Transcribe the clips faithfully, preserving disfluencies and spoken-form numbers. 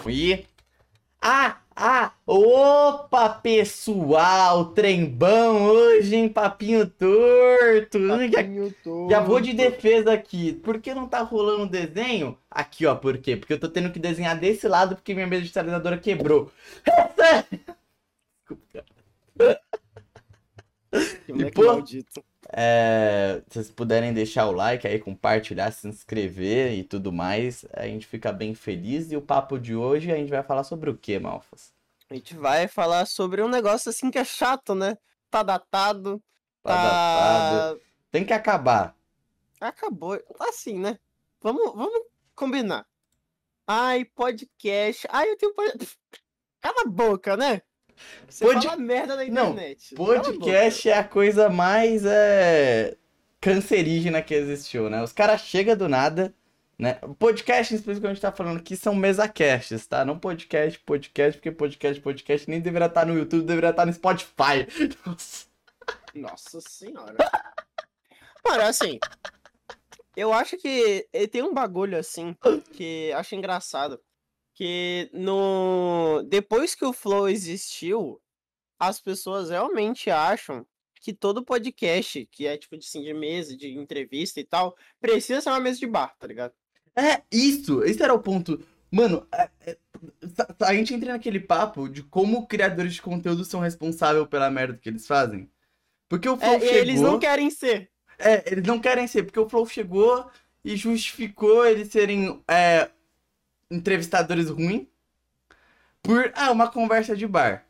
E... Ah, ah, opa, pessoal, trembão hoje, hein, papinho torto. Papinho já, torto. já vou de defesa aqui. Por que não tá rolando desenho? Aqui, ó, por quê? Porque eu tô tendo que desenhar desse lado porque minha mesa digitalizadora quebrou. Desculpa, cara. Que moleque pô, maldito. É, se vocês puderem deixar o like aí, compartilhar, se inscrever e tudo mais, a gente fica bem feliz. E o papo de hoje a gente vai falar sobre o que, Malfas? A gente vai falar sobre um negócio assim que é chato, né? Tá datado, Tá datado. tá... Tem que acabar. Acabou. Assim, né? Vamos, vamos combinar. Ai, podcast. Ai, eu tenho... pod- Cala a boca, né? Você Pod... fala merda na Não, internet. Cala a boca. podcast é a coisa mais é, cancerígena que existiu, né? Os caras chegam do nada, né? Podcast, por isso que a gente tá falando aqui, são mesacasts, tá? Não podcast, podcast, porque podcast, podcast nem deveria estar no YouTube, deveria estar no Spotify. Nossa. Nossa senhora. Mano, assim... Eu acho que eh, tem um bagulho assim que acho engraçado. Que no... Depois que o Flow existiu, as pessoas realmente acham que todo podcast, que é tipo de, assim, de mesa, de entrevista e tal, precisa ser uma mesa de bar, tá ligado? É, isso, esse era o ponto. Mano, é, é, a gente entra naquele papo de como criadores de conteúdo são responsáveis pela merda que eles fazem. Porque o Flow É, e chegou... eles não querem ser. É, eles não querem ser, porque o Flow chegou e justificou eles serem é, entrevistadores ruins por, ah, uma conversa de bar.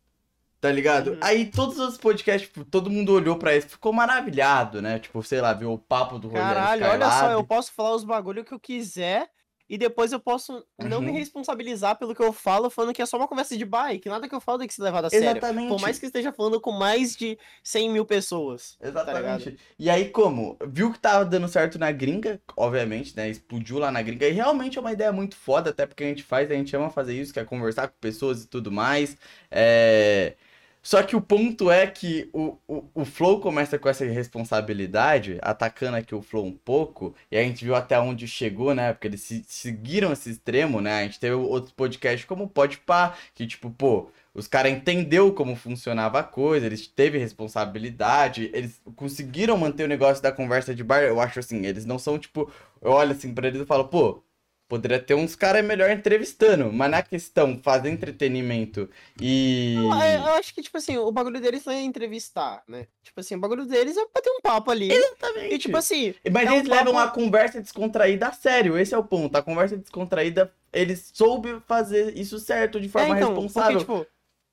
Tá ligado? Uhum. Aí todos os podcasts, tipo, todo mundo olhou pra isso, ficou maravilhado, né? Tipo, sei lá, viu o papo do Rogério Caralho, olha só, Skylab. eu posso falar os bagulho que eu quiser e depois eu posso não me Uhum. responsabilizar pelo que eu falo, falando que é só uma conversa de bar, e que nada que eu falo tem que ser levado a sério. Exatamente. Por mais que esteja falando com mais de cem mil pessoas. Exatamente. Tá E aí, como? Viu que tava dando certo na gringa, obviamente, né? Explodiu lá na gringa. E realmente é uma ideia muito foda, até porque a gente faz, a gente ama fazer isso, que é conversar com pessoas e tudo mais. É... Só que o ponto é que o, o, o Flow começa com essa responsabilidade, atacando aqui o Flow um pouco, e a gente viu até onde chegou, né? Porque eles se, seguiram esse extremo, né? A gente teve outros podcasts como o Podpah, que tipo, pô, os caras entendeu como funcionava a coisa, eles teve responsabilidade, eles conseguiram manter o negócio da conversa de bar. Eu acho assim, eles não são tipo, eu olho assim pra eles e falo, pô, poderia ter uns caras melhor entrevistando, mas na questão fazer entretenimento Eu, é, e eu acho que, tipo assim, o bagulho deles não é entrevistar, né? Tipo assim, o bagulho deles é bater um papo ali. E, tipo assim, mas é eles um levam papo... a conversa descontraída a sério, esse é o ponto. A conversa descontraída, eles soube fazer isso certo, de É, forma então, porque, responsável. tipo...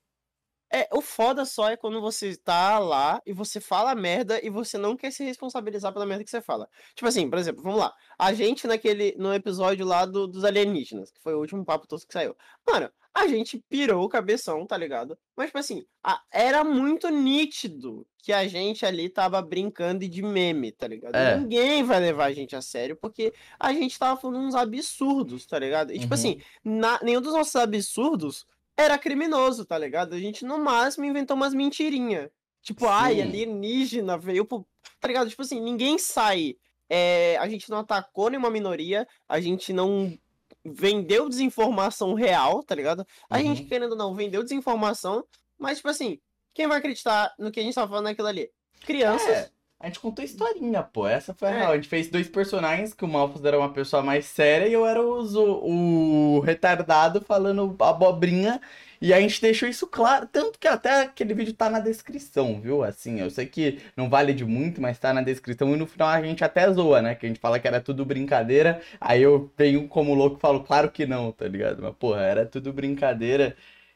É, o foda só é quando você tá lá e você fala merda e você não quer se responsabilizar pela merda que você fala. Tipo assim, por exemplo, vamos lá. A gente naquele, no episódio lá do, dos alienígenas, que foi o último papo todo que saiu. Mano, a gente pirou o cabeção, tá ligado? Mas, tipo assim, a- era muito nítido que a gente ali tava brincando de meme, tá ligado? É. Ninguém vai levar a gente a sério porque a gente tava falando uns absurdos, tá ligado? E, tipo Uhum. assim, na- nenhum dos nossos absurdos era criminoso, tá ligado? A gente, no máximo, inventou umas mentirinhas. Tipo, ai, Sim. alienígena veio pro... Tá ligado? Tipo assim, ninguém sai. É, a gente não atacou nenhuma minoria, a gente não vendeu desinformação real, tá ligado? A gente, Uhum. querendo ou não, vendeu desinformação, mas, tipo assim, quem vai acreditar no que a gente tava falando naquilo ali? Crianças. É, a gente contou historinha, pô. Essa foi a É. real. A gente fez dois personagens, que o Malfus era uma pessoa mais séria e eu era o, zo- o retardado falando abobrinha. E a gente deixou isso claro. Tanto que até aquele vídeo tá na descrição, viu? Assim, eu sei que não vale de muito, mas tá na descrição. E no final a gente até zoa, né? Que a gente fala que era tudo brincadeira. Aí eu venho como louco e falo, claro que não, tá ligado? Mas, porra, era tudo brincadeira.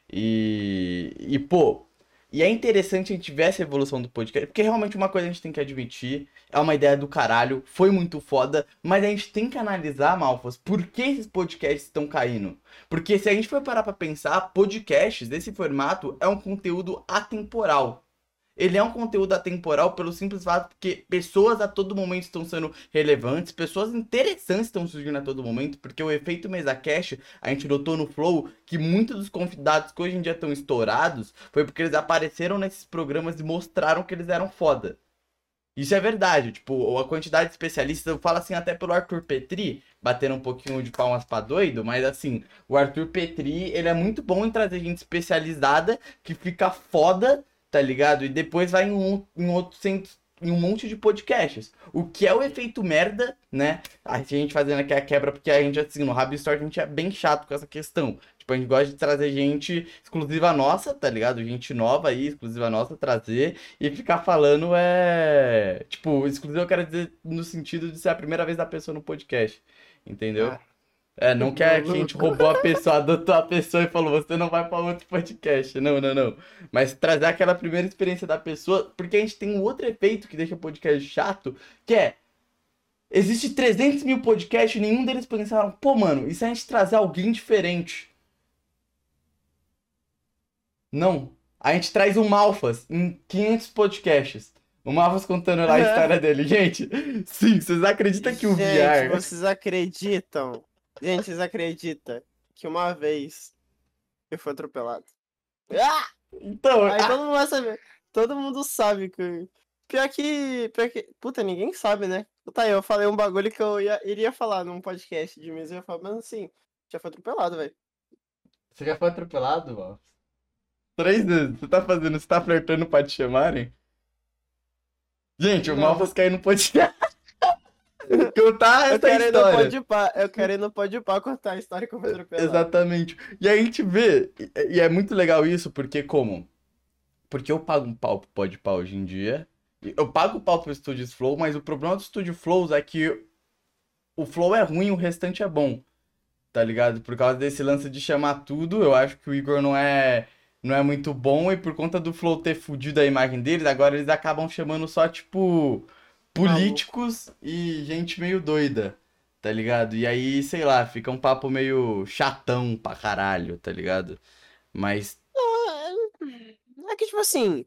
E, e pô, e é interessante a gente ver essa evolução do podcast, porque realmente uma coisa a gente tem que admitir, é uma ideia do caralho, foi muito foda, mas a gente tem que analisar, Malfas, por que esses podcasts estão caindo. Porque se a gente for parar pra pensar, podcasts desse formato é um conteúdo atemporal. Ele é um conteúdo atemporal pelo simples fato que pessoas a todo momento estão sendo relevantes, pessoas interessantes estão surgindo a todo momento, porque o efeito MesaCast, a gente notou no Flow que muitos dos convidados que hoje em dia estão estourados foi porque eles apareceram nesses programas e mostraram que eles eram foda. Isso é verdade, tipo, a quantidade de especialistas, eu falo assim até pelo Arthur Petri, batendo um pouquinho de palmas pra doido, mas assim, o Arthur Petri, ele é muito bom em trazer gente especializada, que fica foda, tá ligado? E depois vai em, um, em outro centro, em um monte de podcasts. O que é o efeito merda, né? A gente fazendo aqui a quebra, porque a gente, assim, no Rabo Store a gente é bem chato com essa questão. Tipo, a gente gosta de trazer gente exclusiva nossa, tá ligado? Gente nova aí, exclusiva nossa, trazer. E ficar falando é. Tipo, exclusivo eu quero dizer no sentido de ser a primeira vez da pessoa no podcast. Entendeu? Ah, É, não que a gente maluco. roubou a pessoa, adotou a pessoa e falou, você não vai pra outro podcast. Não, não, não. Mas trazer aquela primeira experiência da pessoa, porque a gente tem um outro efeito que deixa o podcast chato, que é. Existe trezentos mil podcasts e nenhum deles pensaram, pô, mano, e se a gente trazer alguém diferente? Não. A gente traz o Malfas em quinhentos podcasts. O Malfas contando lá a história dele. Gente, sim, vocês acreditam que o Gente, V R. vocês acreditam? Gente, vocês acreditam que uma vez eu fui atropelado? Ah! Então, Aí ah, todo mundo vai saber. Todo mundo sabe que. Pior que. Pior que. Puta, ninguém sabe, né? Tá aí, eu falei um bagulho que eu ia, iria falar num podcast de mesa. Eu ia falar, mas assim, já foi atropelado, velho. você já foi atropelado, Malfas? Três vezes. Você tá fazendo, você tá flertando pra te chamarem? Gente, o Não. Malfas caiu no podcast. Contar Eu essa quero ir no história. Podpah. Eu quero ir no Podpah contar a história que eu fui atropelado. Exatamente. E aí a gente vê, e e é muito legal isso, porque como? Porque eu pago um pau pro Podpah hoje em dia. Eu pago o pau pro Studios Flow, mas o problema do Studio Flows é que o Flow é ruim, o restante é bom. Tá ligado? Por causa desse lance de chamar tudo, eu acho que o Igor não é não é muito bom e por conta do Flow ter fudido a imagem deles, agora eles acabam chamando só tipo Maluco. políticos e gente meio doida, tá ligado? E aí, sei lá, fica um papo meio chatão pra caralho, tá ligado? Mas É que, tipo assim.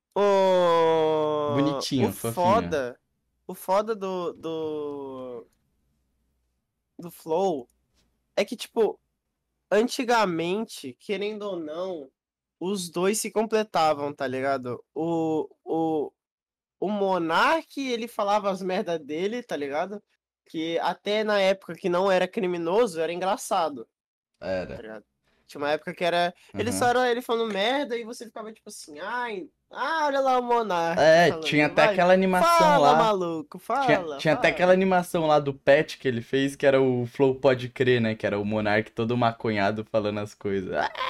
O. O bonitinho, fofinho. foda. O foda do. Do. Do Flow é que, tipo. Antigamente, querendo ou não, os dois se completavam, tá ligado? O, o, o Monark, ele falava as merda dele, tá ligado? Que até na época que não era criminoso, era engraçado, tá Era. ligado? Tinha uma época que era. Ele só Uhum. era ele falando merda e você ficava tipo assim, ai, ah, olha lá o Monark É, tinha falando, até vai, aquela animação fala, lá. maluco, Tinha, fala, tinha até aquela fala. animação lá do Pet que ele fez, que era o Flow Pode Crer, né? Que era o Monark todo maconhado falando as coisas.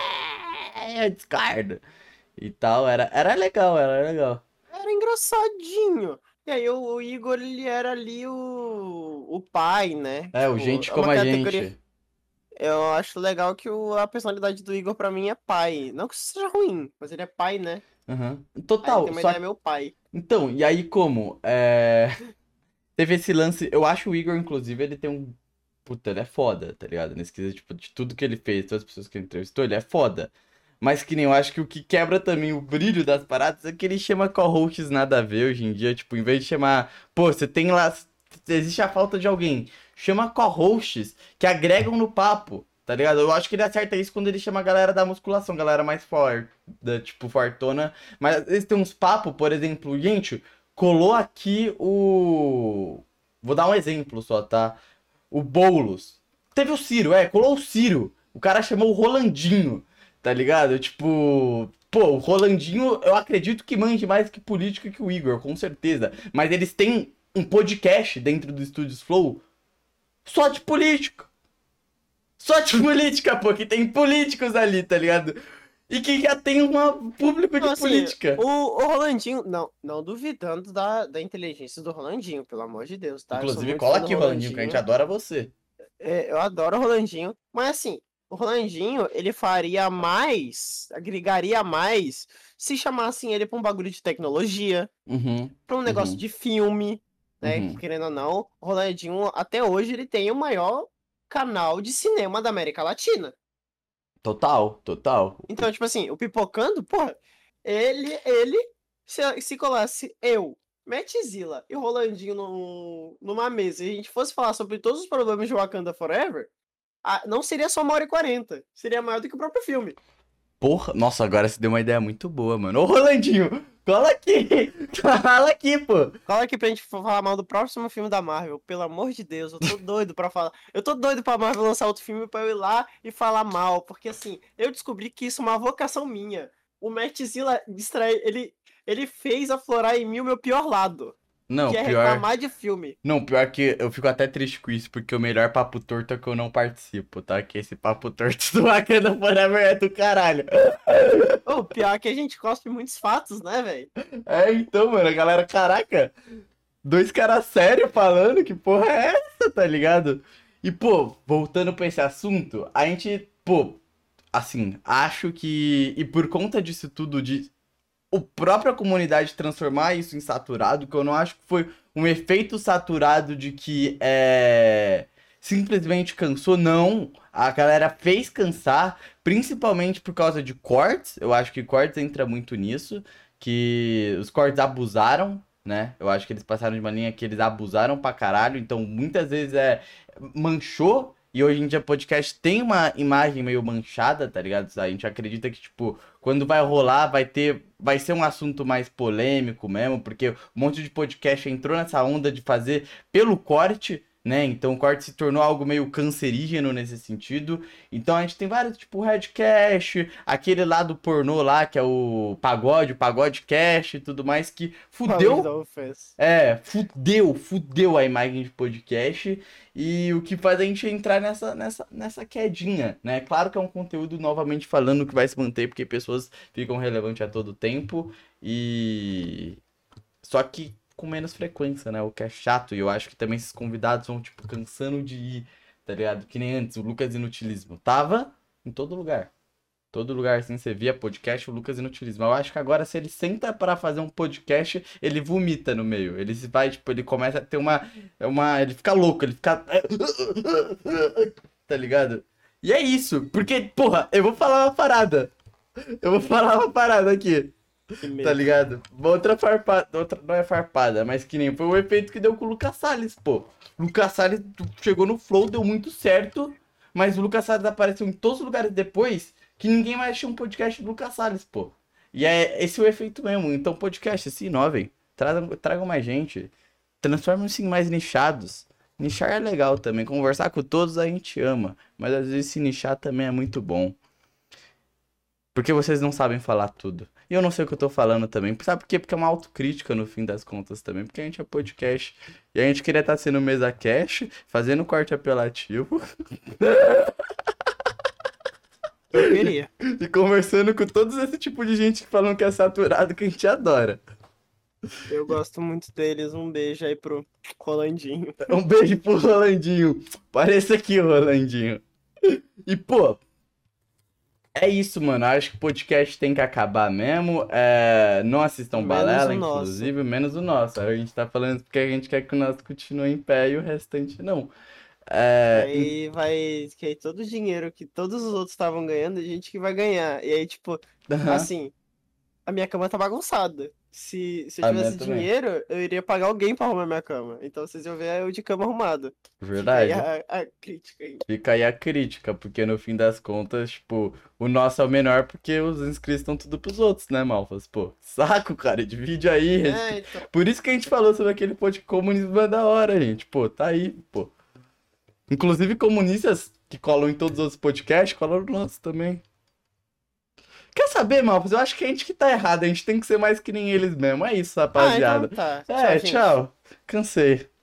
Ah, eu discordo. E tal, era, era legal, era legal. Era engraçadinho. E aí o, o Igor, ele era ali o, o pai, né? É, o Tipo, gente é como uma a categoria. gente. Eu acho legal que o, a personalidade do Igor pra mim é pai. Não que isso seja ruim, mas ele é pai, né? Uhum. Aí ele Total, tem uma só ideia, meu pai. então, e aí como? É... Teve esse lance, eu acho o Igor, inclusive, ele tem um. Puta, ele é foda, tá ligado? Nesse quesito, tipo, de tudo que ele fez, todas as pessoas que ele entrevistou, ele é foda. Mas que nem eu acho que o que quebra também o brilho das paradas é que ele chama co-hosts nada a ver hoje em dia. Tipo, em vez de chamar. Pô, você tem lá. Existe a falta de alguém. Chama co-hosts que agregam no papo, tá ligado? Eu acho que ele acerta isso quando ele chama a galera da musculação, galera mais forte, da, tipo, fortona. Mas às vezes tem uns papos, por exemplo, gente, colou aqui o. Vou dar um exemplo só, tá? O Boulos. Teve o Ciro, é, colou o Ciro. O cara chamou o Rolandinho, tá ligado? Tipo, pô, o Rolandinho, eu acredito que manje mais que política que o Igor, com certeza. Mas eles têm um podcast dentro do Studios Flow só de político. Só de política, pô, que tem políticos ali, tá ligado? E que já tem um público Então, de assim, política. o, o Rolandinho. Não, não duvidando da, da inteligência do Rolandinho, pelo amor de Deus, tá? Eu sou Inclusive, muito cola fã do aqui, Rolandinho, que a gente Rolandinho. adora você. É, eu adoro o Rolandinho. Mas assim, o Rolandinho, ele faria mais, agregaria mais, se chamassem ele pra um bagulho de tecnologia, Uhum, pra um negócio uhum, de filme, né? Que uhum. querendo ou não, o Rolandinho, até hoje, ele tem o maior canal de cinema da América Latina. Total, total. Então, tipo assim, o Pipocando, porra, ele, ele, se, se colasse eu, Matzilla e o Rolandinho num, numa mesa e a gente fosse falar sobre todos os problemas de Wakanda Forever, a- não seria só uma hora e quarenta, seria maior do que o próprio filme. Porra, nossa, agora você deu uma ideia muito boa, mano. Ô, Rolandinho, Cola aqui! Cola aqui, pô! Cola aqui pra gente falar mal do próximo filme da Marvel. Pelo amor de Deus, eu tô doido pra falar. Eu tô doido pra Marvel lançar outro filme pra eu ir lá e falar mal. Porque assim, eu descobri que isso é uma vocação minha. O Matt Zilla distrai... ele, ele fez aflorar em mim o meu pior lado. Não, Que é pior. reclamar de filme. Não, pior que eu fico até triste com isso, porque o melhor papo torto é que eu não participo, tá? Que esse papo torto do Wakanda Forever é do caralho. O pior é que a gente cospe muitos fatos, né, velho? É, então, mano, a galera, caraca, dois caras sérios falando, que porra é essa, tá ligado? E, pô, voltando pra esse assunto, a gente, pô, assim, acho que, e por conta disso tudo, de a própria comunidade transformar isso em saturado, que eu não acho que foi um efeito saturado de que é simplesmente cansou, não. A galera fez cansar, principalmente por causa de cortes. Eu acho que cortes entra muito nisso, que os cortes abusaram, né? Eu acho que eles passaram de uma linha que eles abusaram pra caralho, então muitas vezes é manchou. E hoje em dia podcast tem uma imagem meio manchada, tá ligado? A gente acredita que, tipo, quando vai rolar, vai ter. Vai ser um assunto mais polêmico mesmo, porque um monte de podcast entrou nessa onda de fazer pelo corte, né? Então o corte se tornou algo meio cancerígeno nesse sentido. Então a gente tem vários, tipo, o Redcast, aquele lá do pornô lá, que é o pagode, o pagodecast e tudo mais, que fudeu. É, fudeu, fudeu a imagem de podcast. E o que faz a gente entrar nessa, nessa, nessa quedinha, né? Claro que é um conteúdo, novamente falando, que vai se manter, porque pessoas ficam relevantes a todo tempo. E. Só que com menos frequência, né? O que é chato. E eu acho que também esses convidados vão, tipo, cansando de ir, tá ligado? Que nem antes, o Lucas Inutilismo. Tava em todo lugar. Todo lugar, assim, você via podcast, o Lucas Inutilismo. Eu acho que agora, se ele senta para fazer um podcast, ele vomita no meio. Ele se vai, tipo, ele começa a ter uma. uma ele fica louco, ele fica. Tá ligado? E é isso. Porque, porra, eu vou falar uma parada. Eu vou falar uma parada aqui. Tá ligado? Outra farpada. Outra, não é farpada, mas que nem foi o efeito que deu com o Lucas Salles, pô. O Lucas Salles chegou no Flow, deu muito certo. Mas o Lucas Salles apareceu em todos os lugares depois que ninguém mais tinha um podcast do Lucas Salles, pô. E é esse é o efeito mesmo. Então, podcast, se inovem. Tragam, tragam mais gente. Transformem-se em mais nichados. Nichar é legal também. Conversar com todos a gente ama. Mas às vezes se nichar também é muito bom. Porque vocês não sabem falar tudo. E eu não sei o que eu tô falando também. Sabe por quê? Porque é uma autocrítica no fim das contas também. Porque a gente é podcast. E a gente queria estar sendo mesa cash, fazendo corte apelativo. Eu queria. E conversando com todos esse tipo de gente que falam que é saturado, que a gente adora. Eu gosto muito deles. Um beijo aí pro Rolandinho. Um beijo pro Rolandinho. Apareça aqui, Rolandinho. E, pô, é isso, mano. Acho que o podcast tem que acabar mesmo. É... Não assistam Menos Balela, o nosso. inclusive, menos o nosso. A gente tá falando isso porque a gente quer que o nosso continue em pé e o restante não. É... Aí vai cair todo o dinheiro que todos os outros estavam ganhando, a gente que vai ganhar. E aí, tipo, Aham. assim, a minha cama tá bagunçada. Se, se eu A minha tivesse também. dinheiro, eu iria pagar alguém pra arrumar minha cama. Então vocês iam ver eu de cama arrumada. Fica Verdade. aí a, a crítica aí. Fica aí a crítica, porque no fim das contas, tipo, o nosso é o menor porque os inscritos estão tudo pros outros, né, Malfas? Pô, saco, cara, divide aí. respe- É, então. Por isso que a gente falou sobre aquele podcast comunismo é da hora, gente. Pô, tá aí, pô. Inclusive comunistas que colam em todos os outros podcasts, colam no nosso também. Quer saber, Malfas? Eu acho que a gente que tá errado, a gente tem que ser mais que nem eles mesmo. É isso, Ah, rapaziada. então tá. É, Tchau, gente. tchau. Cansei.